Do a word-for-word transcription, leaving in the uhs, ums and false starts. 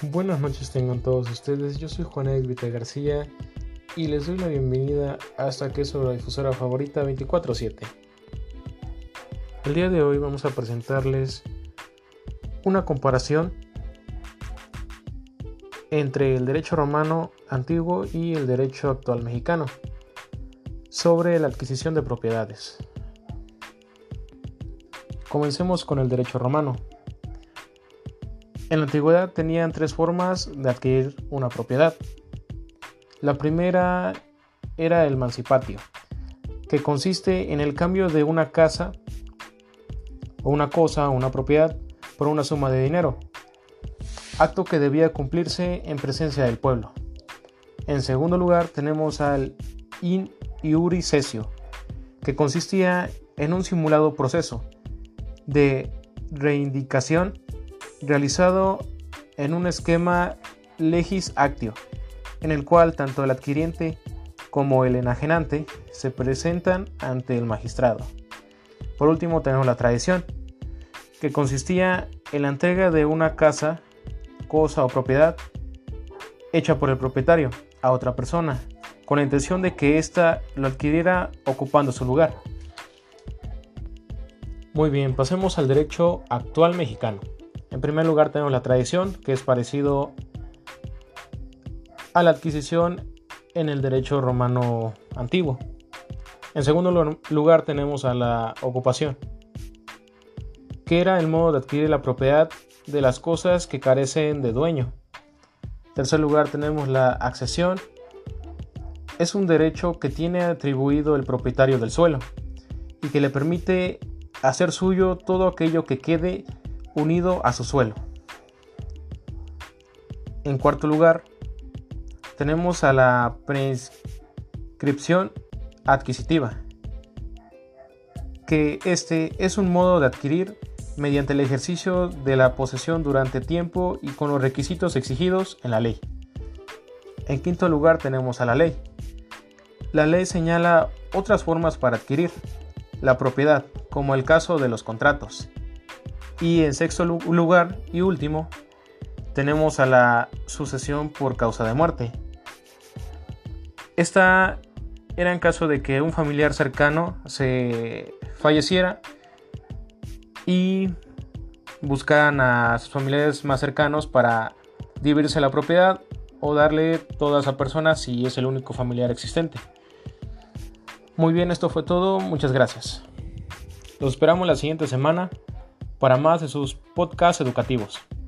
Buenas noches tengan todos ustedes, yo soy Juan Edvita García y les doy la bienvenida hasta que es la difusora favorita veinticuatro siete. El día de hoy vamos a presentarles una comparación entre el derecho romano antiguo y el derecho actual mexicano sobre la adquisición de propiedades. Comencemos con el derecho romano. En la antigüedad tenían tres formas de adquirir una propiedad. La primera era el mancipatio, que consiste en el cambio de una casa o una cosa o una propiedad por una suma de dinero, acto que debía cumplirse en presencia del pueblo. En segundo lugar tenemos al in iure cessio, que consistía en un simulado proceso de reivindicación realizado en un esquema legis actio, en el cual tanto el adquiriente como el enajenante se presentan ante el magistrado. Por último tenemos la tradición, que consistía en la entrega de una casa, cosa o propiedad hecha por el propietario a otra persona, con la intención de que ésta lo adquiriera ocupando su lugar. Muy bien, pasemos al derecho actual mexicano. En primer lugar tenemos la tradición, que es parecido a la adquisición en el derecho romano antiguo. En segundo lugar tenemos a la ocupación, que era el modo de adquirir la propiedad de las cosas que carecen de dueño. En tercer lugar tenemos la accesión. Es un derecho que tiene atribuido el propietario del suelo y que le permite hacer suyo todo aquello que quede unido a su suelo. En cuarto lugar, tenemos a la prescripción adquisitiva, que este es un modo de adquirir mediante el ejercicio de la posesión durante tiempo y con los requisitos exigidos en la ley. En quinto lugar tenemos a la ley. La ley señala otras formas para adquirir la propiedad, como el caso de los contratos. Y en sexto lugar y último, tenemos a la sucesión por causa de muerte. Esta era en caso de que un familiar cercano se falleciera y buscaran a sus familiares más cercanos para dividirse la propiedad o darle toda esa persona si es el único familiar existente. Muy bien, esto fue todo. Muchas gracias. Los esperamos la siguiente semana para más de sus podcasts educativos.